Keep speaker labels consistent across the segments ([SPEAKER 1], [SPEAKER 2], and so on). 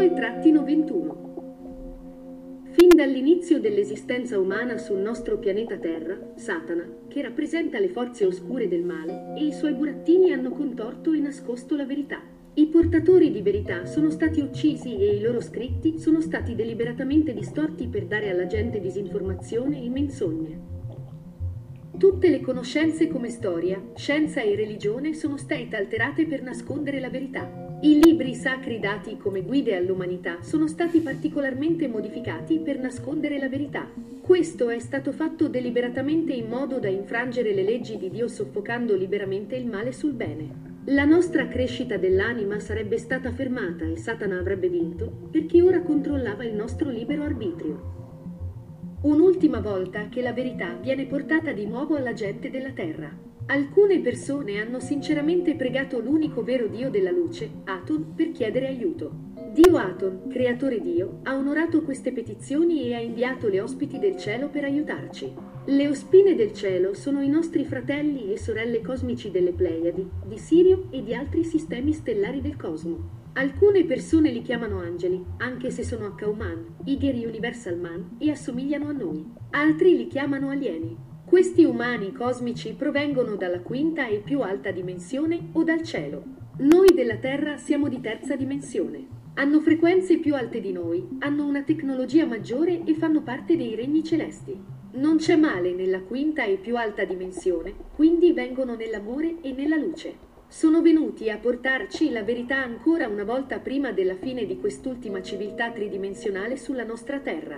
[SPEAKER 1] 2-21. Fin dall'inizio dell'esistenza umana sul nostro pianeta Terra, Satana, che rappresenta le forze oscure del male, e i suoi burattini hanno contorto e nascosto la verità. I portatori di verità sono stati uccisi e i loro scritti sono stati deliberatamente distorti per dare alla gente disinformazione e menzogne. Tutte le conoscenze come storia, scienza e religione sono state alterate per nascondere la verità. I libri sacri dati come guide all'umanità sono stati particolarmente modificati per nascondere la verità. Questo è stato fatto deliberatamente in modo da infrangere le leggi di Dio, soffocando liberamente il male sul bene. La nostra crescita dell'anima sarebbe stata fermata e Satana avrebbe vinto, perché ora controllava il nostro libero arbitrio. Un'ultima volta che la verità viene portata di nuovo alla gente della terra. Alcune persone hanno sinceramente pregato l'unico vero Dio della luce, Aton, per chiedere aiuto. Dio Aton, creatore Dio, ha onorato queste petizioni e ha inviato le ospiti del cielo per aiutarci. Le ospine del cielo sono i nostri fratelli e sorelle cosmici delle Pleiadi, di Sirio e di altri sistemi stellari del cosmo. Alcune persone li chiamano angeli, anche se sono Akauman, Iger Universal Man, e assomigliano a noi. Altri li chiamano alieni. Questi umani cosmici provengono dalla quinta e più alta dimensione o dal cielo. Noi della Terra siamo di terza dimensione. Hanno frequenze più alte di noi, hanno una tecnologia maggiore e fanno parte dei regni celesti. Non c'è male nella quinta e più alta dimensione, quindi vengono nell'amore e nella luce. Sono venuti a portarci la verità ancora una volta prima della fine di quest'ultima civiltà tridimensionale sulla nostra Terra.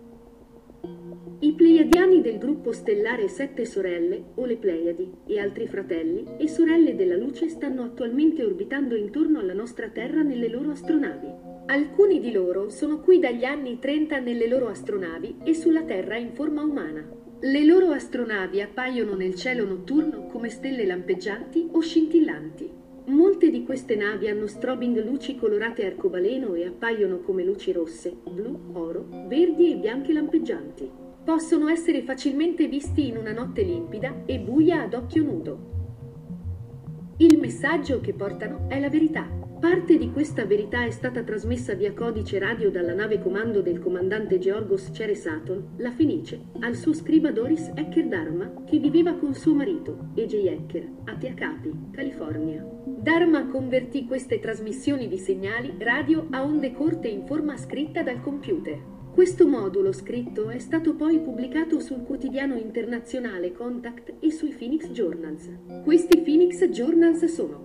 [SPEAKER 1] I Pleiadiani del gruppo stellare Sette Sorelle, o le Pleiadi, e altri fratelli e sorelle della luce stanno attualmente orbitando intorno alla nostra Terra nelle loro astronavi. Alcuni di loro sono qui dagli anni 30 nelle loro astronavi e sulla Terra in forma umana. Le loro astronavi appaiono nel cielo notturno come stelle lampeggianti o scintillanti. Molte di queste navi hanno strobing luci colorate arcobaleno e appaiono come luci rosse, blu, oro, verdi e bianche lampeggianti. Possono essere facilmente visti in una notte limpida e buia ad occhio nudo. Il messaggio che portano è la verità. Parte di questa verità è stata trasmessa via codice radio dalla nave comando del comandante Georgos Ceresaton, la Fenice, al suo scriba Doris Ecker Dharma, che viveva con suo marito, E.J. Ecker, a Tehachapi, California. Dharma convertì queste trasmissioni di segnali radio a onde corte in forma scritta dal computer. Questo modulo scritto è stato poi pubblicato sul quotidiano internazionale Contact e sui Phoenix Journals. Questi Phoenix Journals sono: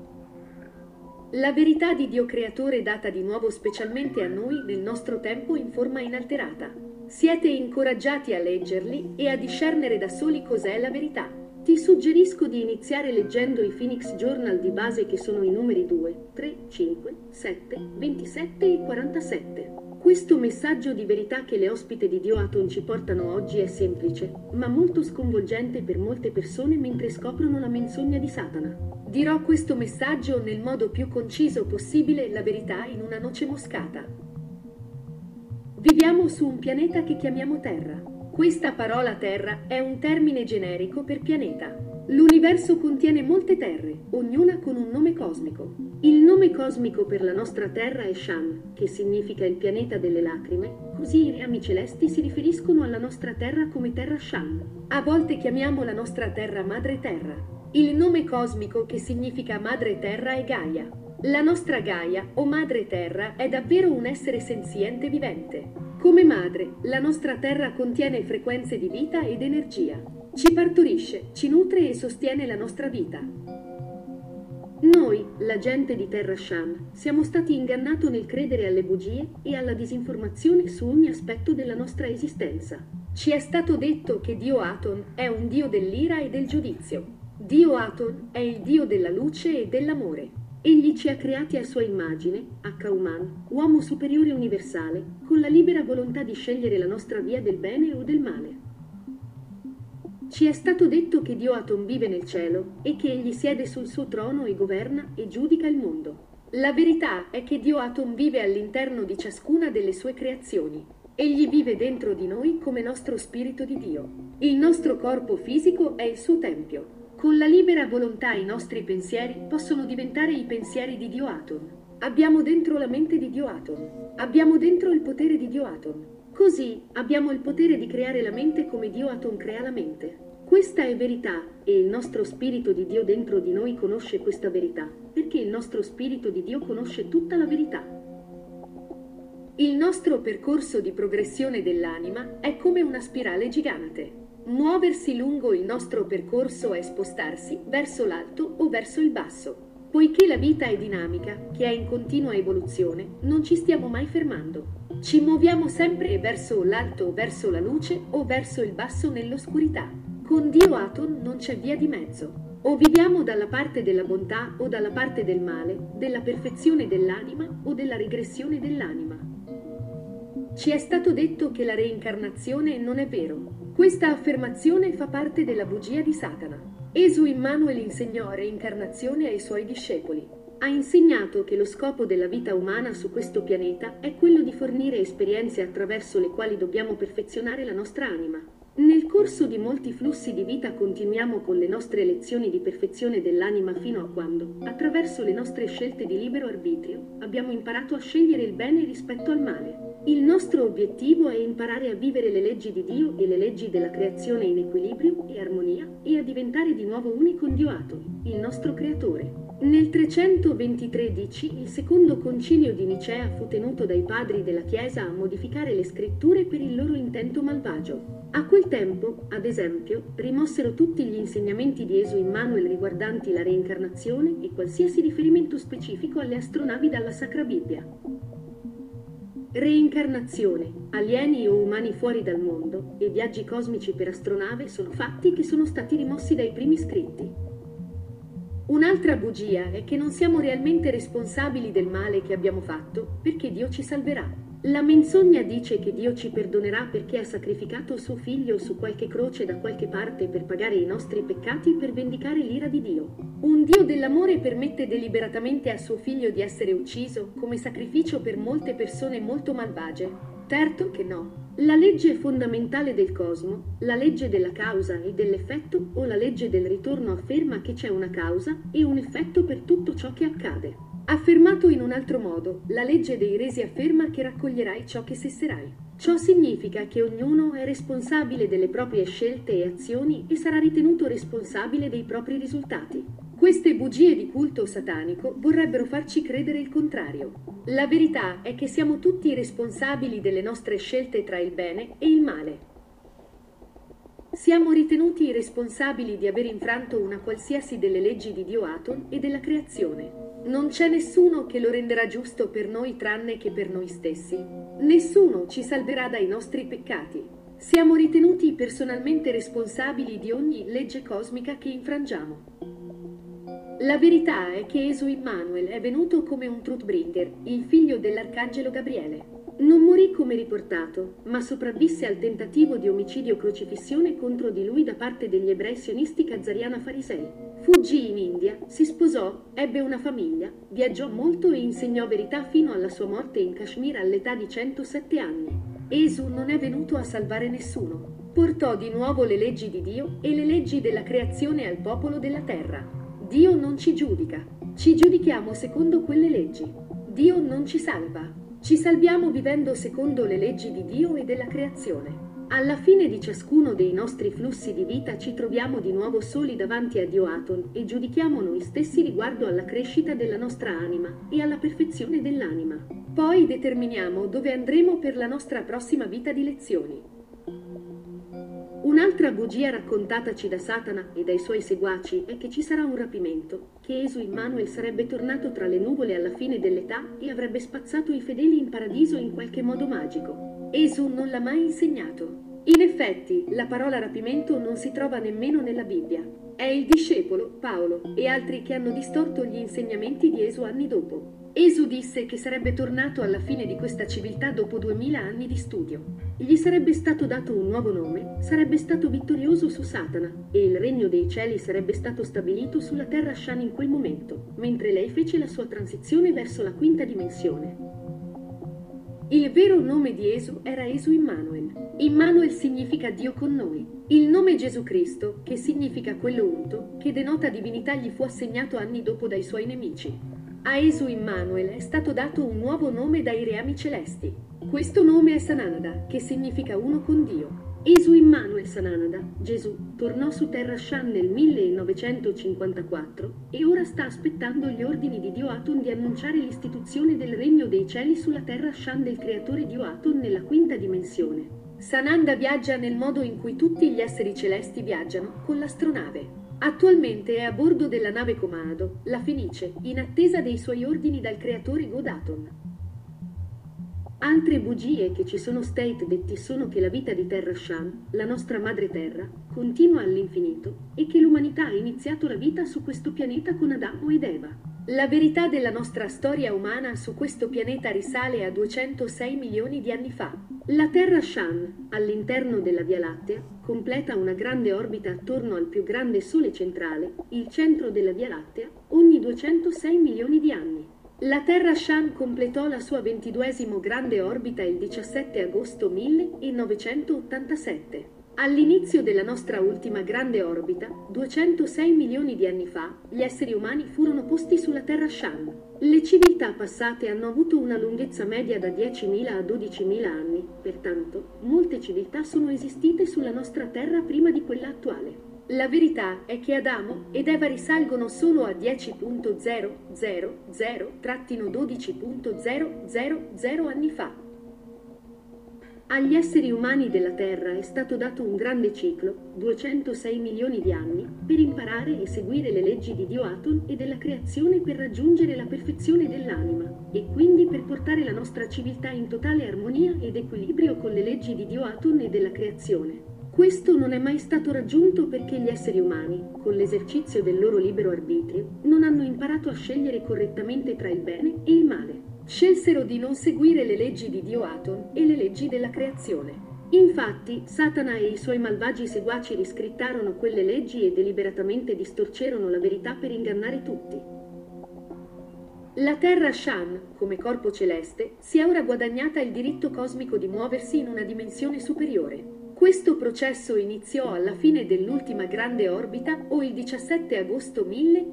[SPEAKER 1] la verità di Dio creatore data di nuovo specialmente a noi nel nostro tempo in forma inalterata. Siete incoraggiati a leggerli e a discernere da soli cos'è la verità. Ti suggerisco di iniziare leggendo i Phoenix Journal di base, che sono i numeri 2, 3, 5, 7, 27 e 47. Questo messaggio di verità che le ospite di Dio Aton ci portano oggi è semplice, ma molto sconvolgente per molte persone mentre scoprono la menzogna di Satana. Dirò questo messaggio nel modo più conciso possibile, la verità in una noce moscata. Viviamo su un pianeta che chiamiamo Terra. Questa parola Terra è un termine generico per pianeta. L'universo contiene molte terre, ognuna con un nome cosmico. Il nome cosmico per la nostra Terra è Shan, che significa il pianeta delle lacrime, così i reami celesti si riferiscono alla nostra Terra come Terra Shan. A volte chiamiamo la nostra Terra Madre Terra. Il nome cosmico che significa Madre Terra è Gaia. La nostra Gaia, o Madre Terra, è davvero un essere senziente vivente. Come madre, la nostra Terra contiene frequenze di vita ed energia. Ci partorisce, ci nutre e sostiene la nostra vita. Noi, la gente di Terra Shan, siamo stati ingannati nel credere alle bugie e alla disinformazione su ogni aspetto della nostra esistenza. Ci è stato detto che Dio Aton è un dio dell'ira e del giudizio. Dio Aton è il dio della luce e dell'amore. Egli ci ha creati a sua immagine, Akauman, uomo superiore universale, con la libera volontà di scegliere la nostra via del bene o del male. Ci è stato detto che Dio Aton vive nel cielo e che egli siede sul suo trono e governa e giudica il mondo. La verità è che Dio Aton vive all'interno di ciascuna delle sue creazioni. Egli vive dentro di noi come nostro spirito di Dio. Il nostro corpo fisico è il suo tempio. Con la libera volontà i nostri pensieri possono diventare i pensieri di Dio Aton. Abbiamo dentro la mente di Dio Aton. Abbiamo dentro il potere di Dio Aton. Così abbiamo il potere di creare la mente come Dio Aton crea la mente. Questa è verità e il nostro spirito di Dio dentro di noi conosce questa verità, perché il nostro spirito di Dio conosce tutta la verità. Il nostro percorso di progressione dell'anima è come una spirale gigante. Muoversi lungo il nostro percorso è spostarsi verso l'alto o verso il basso. Poiché la vita è dinamica, che è in continua evoluzione, non ci stiamo mai fermando. Ci muoviamo sempre verso l'alto, verso la luce o verso il basso nell'oscurità. Con Dio Aton non c'è via di mezzo. O viviamo dalla parte della bontà o dalla parte del male, della perfezione dell'anima o della regressione dell'anima. Ci è stato detto che la reincarnazione non è vero. Questa affermazione fa parte della bugia di Satana. Gesù Immanuel insegnò reincarnazione ai suoi discepoli. Ha insegnato che lo scopo della vita umana su questo pianeta è quello di fornire esperienze attraverso le quali dobbiamo perfezionare la nostra anima. Nel corso di molti flussi di vita continuiamo con le nostre lezioni di perfezione dell'anima fino a quando, attraverso le nostre scelte di libero arbitrio, abbiamo imparato a scegliere il bene rispetto al male. Il nostro obiettivo è imparare a vivere le leggi di Dio e le leggi della creazione in equilibrio e armonia e a diventare di nuovo uni con Dio Aton, il nostro creatore. Nel 323 d.C. il secondo concilio di Nicea fu tenuto dai padri della Chiesa a modificare le scritture per il loro intento malvagio. A quel tempo, ad esempio, rimossero tutti gli insegnamenti di Gesù Immanuel riguardanti la reincarnazione e qualsiasi riferimento specifico alle astronavi dalla Sacra Bibbia. Reincarnazione, alieni o umani fuori dal mondo e viaggi cosmici per astronave sono fatti che sono stati rimossi dai primi scritti. Un'altra bugia è che non siamo realmente responsabili del male che abbiamo fatto perché Dio ci salverà. La menzogna dice che Dio ci perdonerà perché ha sacrificato suo figlio su qualche croce da qualche parte per pagare i nostri peccati per vendicare l'ira di Dio. Un Dio dell'amore permette deliberatamente a suo figlio di essere ucciso come sacrificio per molte persone molto malvagie. Certo che no. La legge fondamentale del cosmo, la legge della causa e dell'effetto o la legge del ritorno afferma che c'è una causa e un effetto per tutto ciò che accade. Affermato in un altro modo, la legge dei resi afferma che raccoglierai ciò che sesserai. Ciò significa che ognuno è responsabile delle proprie scelte e azioni e sarà ritenuto responsabile dei propri risultati. Queste bugie di culto satanico vorrebbero farci credere il contrario. La verità è che siamo tutti responsabili delle nostre scelte tra il bene e il male. Siamo ritenuti responsabili di aver infranto una qualsiasi delle leggi di Dio Aton e della creazione. Non c'è nessuno che lo renderà giusto per noi tranne che per noi stessi. Nessuno ci salverà dai nostri peccati. Siamo ritenuti personalmente responsabili di ogni legge cosmica che infrangiamo. La verità è che Gesù Immanuel è venuto come un Truthbringer, il figlio dell'arcangelo Gabriele. Non morì come riportato, ma sopravvisse al tentativo di omicidio crocifissione contro di lui da parte degli ebrei sionisti Khazariana farisei. Fuggì in India, si sposò, ebbe una famiglia, viaggiò molto e insegnò verità fino alla sua morte in Kashmir all'età di 107 anni. Gesù non è venuto a salvare nessuno. Portò di nuovo le leggi di Dio e le leggi della creazione al popolo della terra. Dio non ci giudica, ci giudichiamo secondo quelle leggi. Dio non ci salva, ci salviamo vivendo secondo le leggi di Dio e della creazione. Alla fine di ciascuno dei nostri flussi di vita ci troviamo di nuovo soli davanti a Dio Aton e giudichiamo noi stessi riguardo alla crescita della nostra anima e alla perfezione dell'anima. Poi determiniamo dove andremo per la nostra prossima vita di lezioni. Un'altra bugia raccontataci da Satana e dai suoi seguaci è che ci sarà un rapimento, che Gesù Immanuel sarebbe tornato tra le nuvole alla fine dell'età e avrebbe spazzato i fedeli in paradiso in qualche modo magico. Gesù non l'ha mai insegnato. In effetti, la parola rapimento non si trova nemmeno nella Bibbia. È il discepolo, Paolo, e altri che hanno distorto gli insegnamenti di Gesù anni dopo. Gesù disse che sarebbe tornato alla fine di questa civiltà dopo 2000 anni di studio. Gli sarebbe stato dato un nuovo nome, sarebbe stato vittorioso su Satana e il regno dei cieli sarebbe stato stabilito sulla terra Shan in quel momento, mentre lei fece la sua transizione verso la quinta dimensione. Il vero nome di Gesù era Gesù Immanuel. Immanuel significa Dio con noi. Il nome Gesù Cristo, che significa quello unto, che denota divinità, gli fu assegnato anni dopo dai suoi nemici. A Esu Immanuel è stato dato un nuovo nome dai reami celesti. Questo nome è Sananda, che significa uno con Dio. Esu Immanuel Sananda, Gesù, tornò su terra Shan nel 1954 e ora sta aspettando gli ordini di Dio Aton di annunciare l'istituzione del regno dei cieli sulla terra Shan del creatore Dio Aton nella quinta dimensione. Sananda viaggia nel modo in cui tutti gli esseri celesti viaggiano, con l'astronave. Attualmente è a bordo della nave Comado, la Fenice, in attesa dei suoi ordini dal creatore Godaton. Altre bugie che ci sono state detti sono che la vita di Terra Shan, la nostra madre Terra, continua all'infinito e che l'umanità ha iniziato la vita su questo pianeta con Adamo ed Eva. La verità della nostra storia umana su questo pianeta risale a 206 milioni di anni fa. La Terra Shan, all'interno della Via Lattea, completa una grande orbita attorno al più grande Sole centrale, il centro della Via Lattea, ogni 206 milioni di anni. La Terra Shan completò la sua 22esimo grande orbita il 17 agosto 1987. All'inizio della nostra ultima grande orbita, 206 milioni di anni fa, gli esseri umani furono posti sulla Terra Shan. Le civiltà passate hanno avuto una lunghezza media da 10.000 a 12.000 anni, pertanto, molte civiltà sono esistite sulla nostra Terra prima di quella attuale. La verità è che Adamo ed Eva risalgono solo a 10.000-12.000 anni fa. Agli esseri umani della Terra è stato dato un grande ciclo, 206 milioni di anni, per imparare e seguire le leggi di Dio Aton e della creazione per raggiungere la perfezione dell'anima, e quindi per portare la nostra civiltà in totale armonia ed equilibrio con le leggi di Dio Aton e della creazione. Questo non è mai stato raggiunto perché gli esseri umani, con l'esercizio del loro libero arbitrio, non hanno imparato a scegliere correttamente tra il bene e il male. Scelsero di non seguire le leggi di Dio Aton e le leggi della creazione. Infatti, Satana e i suoi malvagi seguaci riscrittarono quelle leggi e deliberatamente distorcerono la verità per ingannare tutti. La Terra Shan, come corpo celeste, si è ora guadagnata il diritto cosmico di muoversi in una dimensione superiore. Questo processo iniziò alla fine dell'ultima grande orbita o il 17 agosto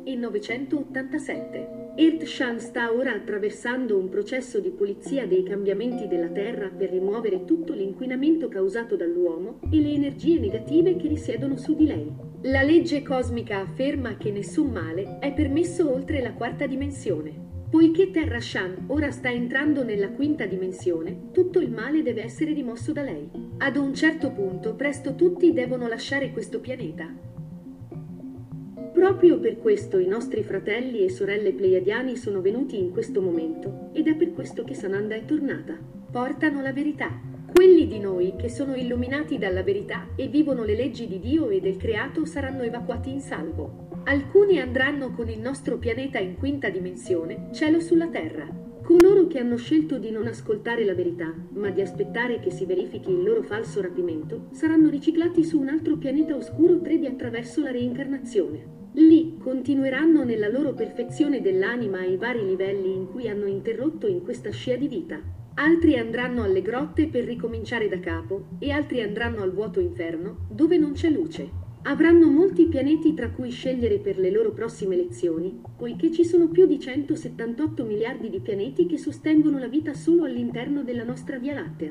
[SPEAKER 1] 1987. Earth Shan sta ora attraversando un processo di pulizia dei cambiamenti della Terra per rimuovere tutto l'inquinamento causato dall'uomo e le energie negative che risiedono su di lei. La legge cosmica afferma che nessun male è permesso oltre la quarta dimensione. Poiché Terra Shan ora sta entrando nella quinta dimensione, tutto il male deve essere rimosso da lei. Ad un certo punto, presto tutti devono lasciare questo pianeta. Proprio per questo i nostri fratelli e sorelle pleiadiani sono venuti in questo momento, ed è per questo che Sananda è tornata. Portano la verità. Quelli di noi che sono illuminati dalla verità e vivono le leggi di Dio e del creato saranno evacuati in salvo. Alcuni andranno con il nostro pianeta in quinta dimensione, cielo sulla terra. Coloro che hanno scelto di non ascoltare la verità, ma di aspettare che si verifichi il loro falso rapimento, saranno riciclati su un altro pianeta oscuro 3D attraverso la reincarnazione. Lì continueranno nella loro perfezione dell'anima ai vari livelli in cui hanno interrotto in questa scia di vita. Altri andranno alle grotte per ricominciare da capo e altri andranno al vuoto inferno, dove non c'è luce. Avranno molti pianeti tra cui scegliere per le loro prossime lezioni, poiché ci sono più di 178 miliardi di pianeti che sostengono la vita solo all'interno della nostra Via Lattea.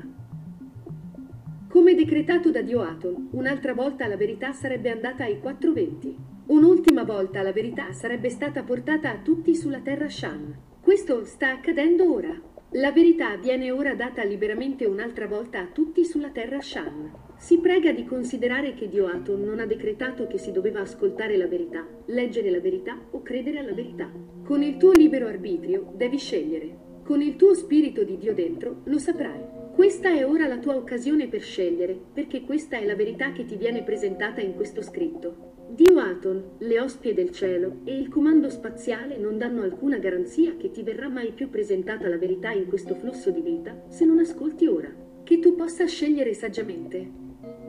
[SPEAKER 1] Come decretato da Dio Aton, un'altra volta la verità sarebbe andata ai 420. Un'ultima volta la verità sarebbe stata portata a tutti sulla Terra Shan. Questo sta accadendo ora. La verità viene ora data liberamente un'altra volta a tutti sulla Terra Shan. Si prega di considerare che Dio Aton non ha decretato che si doveva ascoltare la verità, leggere la verità o credere alla verità. Con il tuo libero arbitrio devi scegliere. Con il tuo spirito di Dio dentro lo saprai. Questa è ora la tua occasione per scegliere, perché questa è la verità che ti viene presentata in questo scritto. Dio Aton, le ospie del cielo e il comando spaziale non danno alcuna garanzia che ti verrà mai più presentata la verità in questo flusso di vita se non ascolti ora. Che tu possa scegliere saggiamente.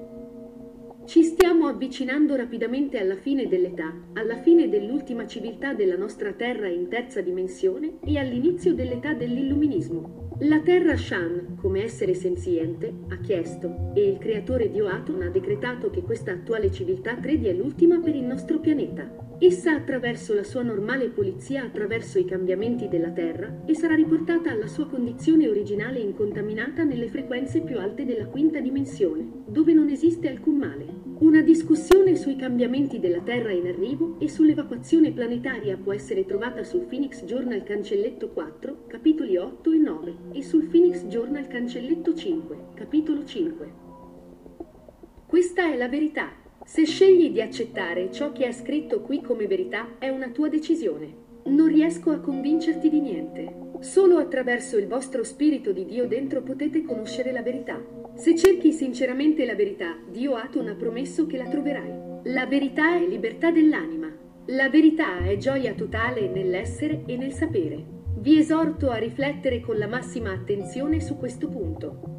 [SPEAKER 1] Ci stiamo avvicinando rapidamente alla fine dell'età, alla fine dell'ultima civiltà della nostra Terra in terza dimensione e all'inizio dell'età dell'illuminismo. La Terra Shan, come essere senziente, ha chiesto, e il creatore Dio Aton ha decretato che questa attuale civiltà 3D è l'ultima per il nostro pianeta. Essa attraverso la sua normale pulizia attraverso i cambiamenti della Terra e sarà riportata alla sua condizione originale incontaminata nelle frequenze più alte della quinta dimensione, dove non esiste alcun male. Una discussione sui cambiamenti della Terra in arrivo e sull'evacuazione planetaria può essere trovata sul Phoenix Journal Cancelletto 4, capitoli 8 e 9, e sul Phoenix Journal Cancelletto 5, capitolo 5. Questa è la verità. Se scegli di accettare ciò che è scritto qui come verità, è una tua decisione. Non riesco a convincerti di niente. Solo attraverso il vostro spirito di Dio dentro potete conoscere la verità. Se cerchi sinceramente la verità, Dio ha promesso che la troverai. La verità è libertà dell'anima. La verità è gioia totale nell'essere e nel sapere. Vi esorto a riflettere con la massima attenzione su questo punto.